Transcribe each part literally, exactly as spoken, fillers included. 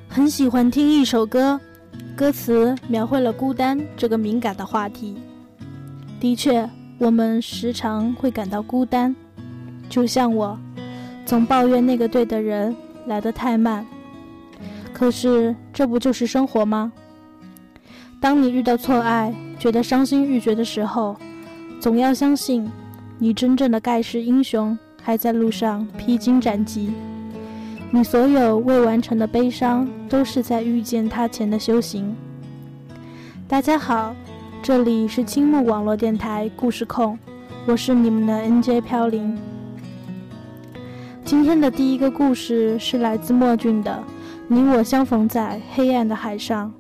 很喜欢听一首歌，歌词描绘了孤单这个敏感的话题。的确，我们时常会感到孤单，就像我，总抱怨那个对的人来得太慢。可是，这不就是生活吗？当你遇到错爱，觉得伤心欲绝的时候，总要相信，你真正的盖世英雄还在路上披荆斩棘。你所有未完成的悲伤，都是在遇见他前的修行。大家好，这里是青木网络电台故事控，我是你们的 N J 飘零。今天的第一个故事是来自莫俊的《你我相逢在黑暗的海上》。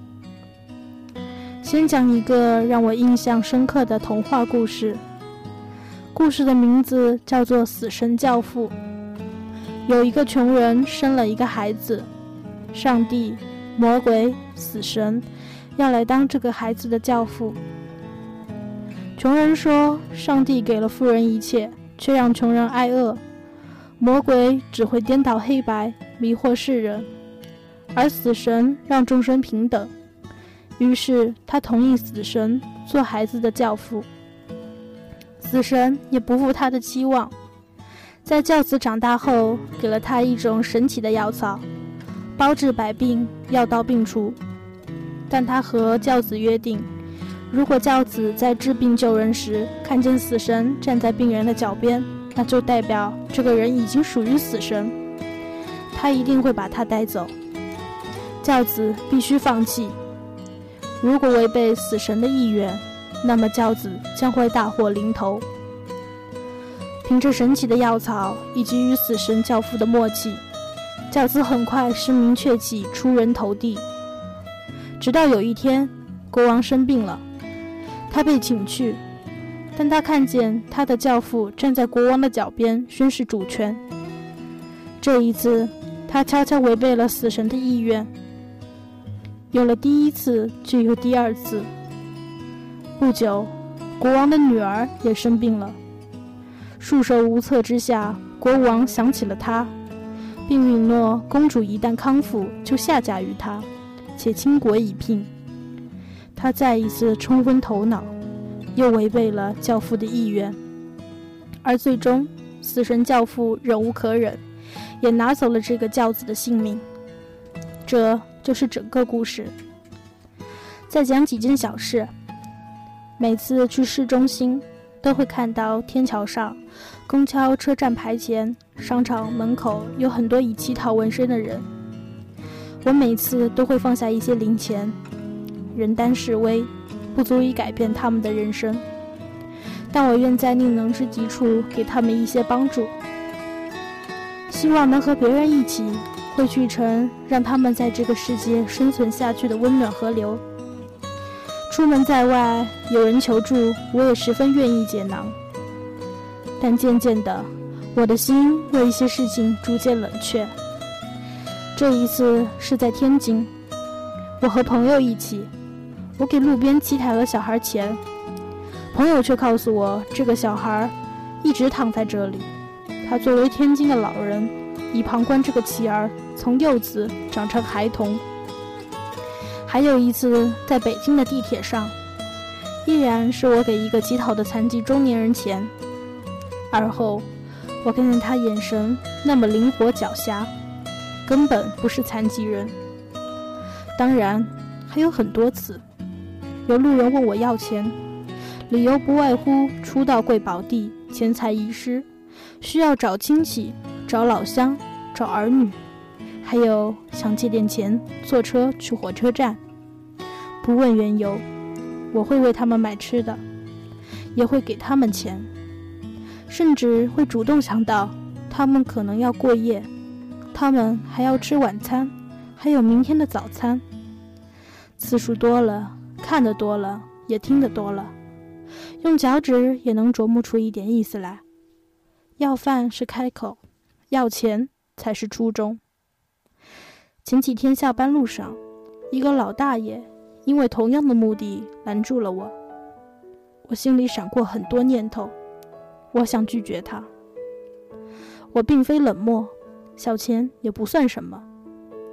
先讲一个让我印象深刻的童话故事，故事的名字叫做《死神教父》。有一个穷人生了一个孩子，上帝、魔鬼、死神要来当这个孩子的教父。穷人说，上帝给了富人一切，却让穷人挨饿；魔鬼只会颠倒黑白，迷惑世人，而死神让众生平等。于是他同意死神做孩子的教父。死神也不负他的期望，在教子长大后，给了他一种神奇的药草，包治百病，药到病除。但他和教子约定，如果教子在治病救人时看见死神站在病人的脚边，那就代表这个人已经属于死神，他一定会把他带走。教子必须放弃，如果违背死神的意愿，那么教子将会大祸临头。凭着神奇的药草以及与死神教父的默契，教子很快声名鹊起，出人头地。直到有一天，国王生病了，他被请去，但他看见他的教父站在国王的脚边宣示主权。这一次，他悄悄违背了死神的意愿。有了第一次，就有第二次。不久，国王的女儿也生病了。束手无策之下，国王想起了他，并允诺公主一旦康复就下嫁于他，且倾国以聘。他再一次冲昏头脑，又违背了教父的意愿，而最终死神教父忍无可忍，也拿走了这个教子的性命。这就是整个故事。再讲几件小事。每次去市中心，都会看到天桥上、公交车站牌前、商场门口有很多以乞讨为生的人。我每次都会放下一些零钱，人单势微，不足以改变他们的人生，但我愿在宁能之极处给他们一些帮助，希望能和别人一起汇聚成让他们在这个世界生存下去的温暖河流。出门在外，有人求助，我也十分愿意解囊。但渐渐的，我的心为一些事情逐渐冷却。这一次是在天津，我和朋友一起，我给路边乞讨的小孩钱，朋友却告诉我，这个小孩一直躺在这里，他作为天津的老人，已旁观这个乞儿从幼子长成孩童。还有一次在北京的地铁上，依然是我给一个乞讨的残疾中年人钱，而后我看见他眼神那么灵活狡黠，根本不是残疾人。当然还有很多次，有路人问我要钱，理由不外乎初到贵宝地，钱财遗失，需要找亲戚、找老乡、找儿女，还有想借点钱坐车去火车站。不问缘由，我会为他们买吃的，也会给他们钱，甚至会主动想到他们可能要过夜，他们还要吃晚餐，还有明天的早餐。次数多了，看得多了，也听得多了，用脚趾也能琢磨出一点意思来。要饭是开口，要钱才是初衷。前几天下班路上，一个老大爷因为同样的目的拦住了我，我心里闪过很多念头，我想拒绝他。我并非冷漠，小钱也不算什么，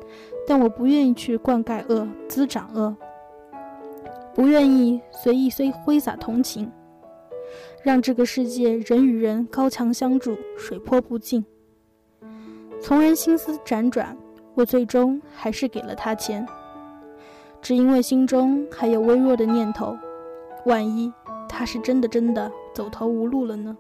但我不愿意去灌溉恶，滋长恶，不愿意随意虽挥洒同情，让这个世界人与人高墙相助，水泼不进。从人心思辗转，我最终还是给了他钱，只因为心中还有微弱的念头，万一他是真的真的走投无路了呢？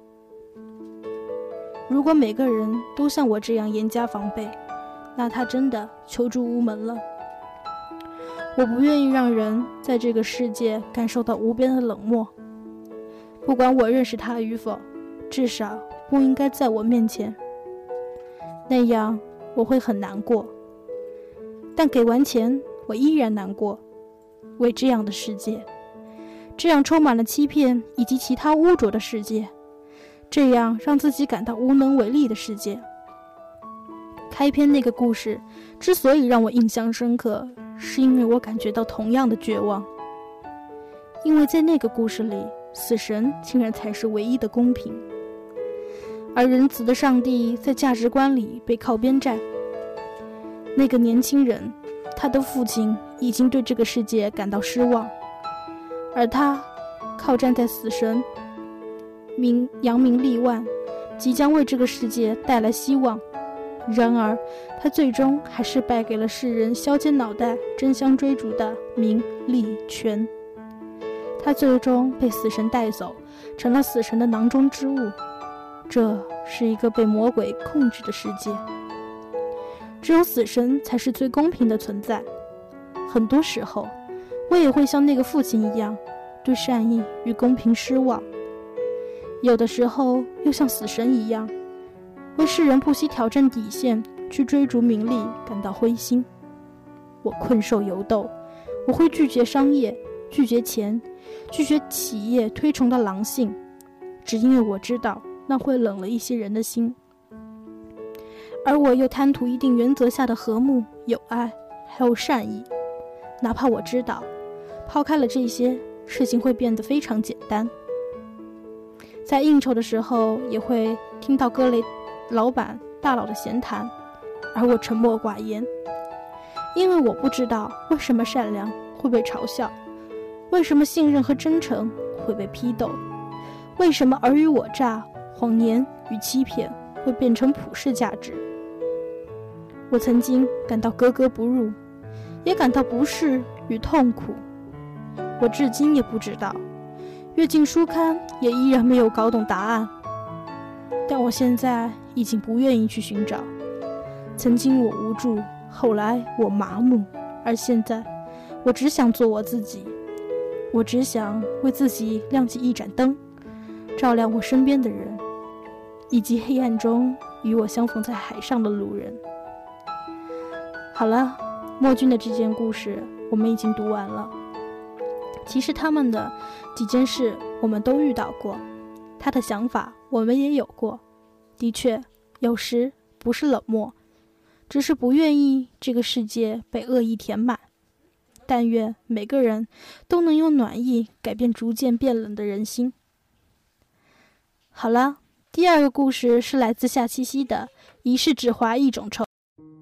如果每个人都像我这样严加防备，那他真的求助无门了。我不愿意让人在这个世界感受到无边的冷漠，不管我认识他与否，至少不应该在我面前，那样我会很难过。但给完钱，我依然难过，为这样的世界，这样充满了欺骗以及其他污浊的世界，这样让自己感到无能为力的世界。开篇那个故事之所以让我印象深刻，是因为我感觉到同样的绝望。因为在那个故事里，死神竟然才是唯一的公平，而仁慈的上帝在价值观里被靠边站。那个年轻人，他的父亲已经对这个世界感到失望，而他靠站在死神名扬名立万，即将为这个世界带来希望。然而他最终还是败给了世人削尖脑袋争相追逐的名利权。他最终被死神带走，成了死神的囊中之物。这是一个被魔鬼控制的世界，只有死神才是最公平的存在。很多时候我也会像那个父亲一样，对善意与公平失望，有的时候又像死神一样，为世人不惜挑战底线去追逐名利感到灰心。我困兽犹斗，我会拒绝商业，拒绝钱，拒绝企业推崇的狼性，只因为我知道那会冷了一些人的心。而我又贪图一定原则下的和睦、友爱还有善意，哪怕我知道抛开了这些，事情会变得非常简单。在应酬的时候也会听到各类老板大佬的闲谈，而我沉默寡言，因为我不知道为什么善良会被嘲笑，为什么信任和真诚会被批斗，为什么尔虞我诈、谎言与欺骗会变成普世价值。我曾经感到格格不入，也感到不适与痛苦。我至今也不知道，阅尽书刊也依然没有搞懂答案。但我现在已经不愿意去寻找。曾经我无助，后来我麻木，而现在我只想做我自己。我只想为自己亮起一盏灯，照亮我身边的人，以及黑暗中与我相逢在海上的路人。好了，墨君的这件故事我们已经读完了。其实他们的几件事我们都遇到过，他的想法我们也有过。的确，有时不是冷漠，只是不愿意这个世界被恶意填满。但愿每个人都能用暖意改变逐渐变冷的人心。好了，第二个故事是来自夏七夕的一世只划一种愁。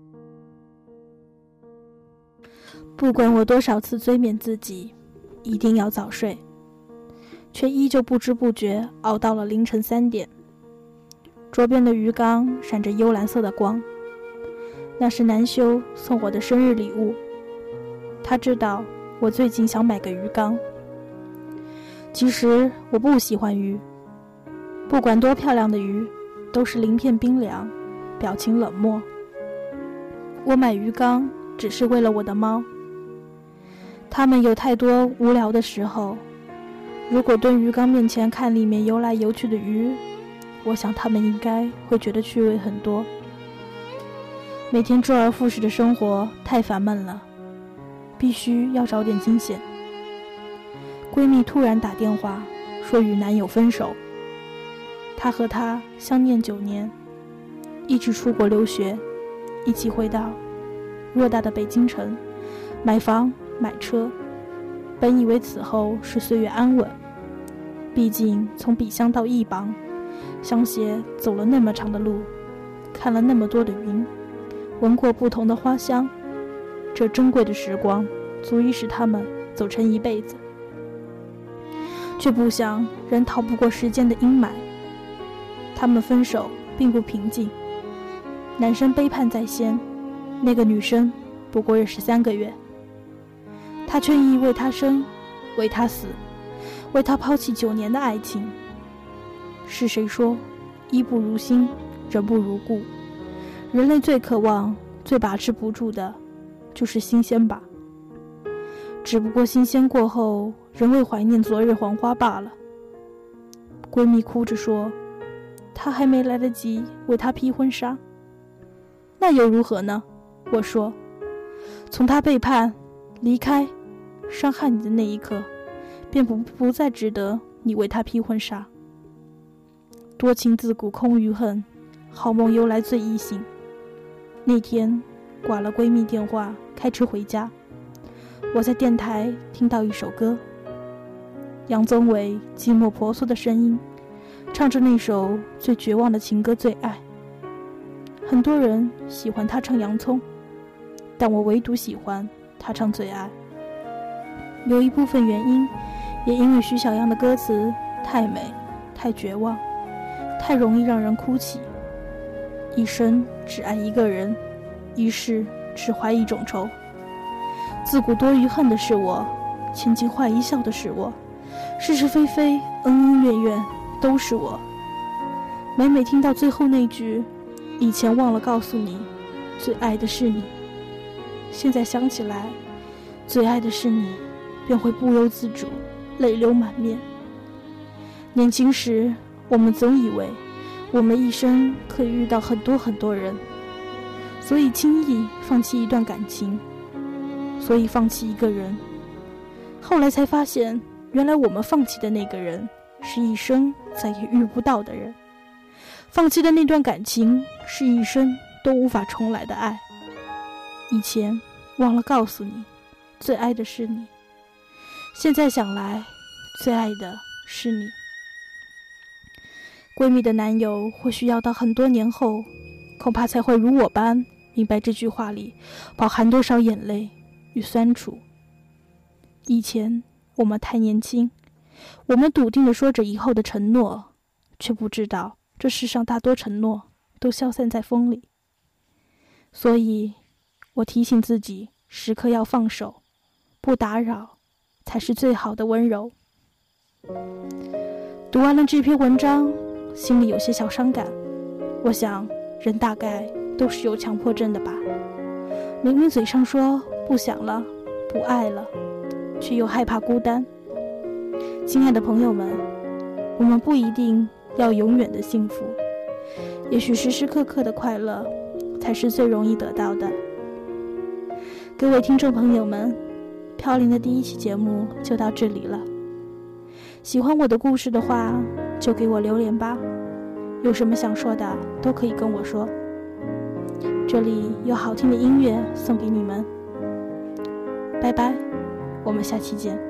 不管我多少次催眠自己一定要早睡，却依旧不知不觉熬到了凌晨三点。桌边的鱼缸闪着幽蓝色的光，那是南修送我的生日礼物。他知道我最近想买个鱼缸。其实我不喜欢鱼，不管多漂亮的鱼都是鳞片冰凉，表情冷漠。我买鱼缸只是为了我的猫，它们有太多无聊的时候，如果蹲鱼缸面前看里面游来游去的鱼，我想它们应该会觉得趣味很多。每天周而复始的生活太烦闷了，必须要找点惊险。闺蜜突然打电话说与男友分手，她和他相恋九年，一直出国留学，一起回到偌大的北京城，买房买车，本以为此后是岁月安稳，毕竟从笔箱到翼膀，相携走了那么长的路，看了那么多的云，闻过不同的花香， 这珍贵的时光足以使他们走成一辈子，却不想人逃不过时间的阴霾。他们分手并不平静，男生背叛在先，那个女生不过认识三个月，他却意为她生，为她死，为她抛弃九年的爱情。是谁说衣不如新，人不如故？人类最渴望、最把持不住的就是新鲜吧。只不过新鲜过后，仍会怀念昨日黄花罢了。闺蜜哭着说，她还没来得及为他披婚纱。那又如何呢？我说，从他背叛、离开、伤害你的那一刻，便不不再值得你为他披婚纱。多情自古空余恨，好梦由来最易醒。那天挂了闺蜜电话，开车回家，我在电台听到一首歌，杨宗纬寂寞婆娑的声音，唱着那首最绝望的情歌《最爱》。很多人喜欢他唱洋葱，但我唯独喜欢他唱《最爱》。有一部分原因也因为徐小样的歌词太美、太绝望，太容易让人哭泣。一生只爱一个人，一世只怀一种愁。自古多余恨的是我，千金坏一笑的是我，是是非非、恩恩怨怨都是我。每每听到最后那句以前忘了告诉你，最爱的是你，现在想起来，最爱的是你，便会不由自主泪流满面。年轻时我们总以为我们一生可以遇到很多很多人，所以轻易放弃一段感情，所以放弃一个人。后来才发现，原来我们放弃的那个人是一生再也遇不到的人，放弃的那段感情是一生都无法重来的爱。以前忘了告诉你，最爱的是你，现在想来，最爱的是你。闺蜜的男友或许要到很多年后，恐怕才会如我般明白这句话里饱含多少眼泪与酸楚。以前我们太年轻，我们笃定地说着以后的承诺，却不知道这世上大多承诺都消散在风里。所以我提醒自己，时刻要放手，不打扰才是最好的温柔。读完了这篇文章，心里有些小伤感。我想人大概都是有强迫症的吧，明明嘴上说不想了，不爱了，却又害怕孤单。亲爱的朋友们，我们不一定要永远的幸福，也许时时刻刻的快乐才是最容易得到的。各位听众朋友们，飘零的第一期节目就到这里了。喜欢我的故事的话，就给我留言吧，有什么想说的都可以跟我说。这里有好听的音乐送给你们，拜拜，我们下期见。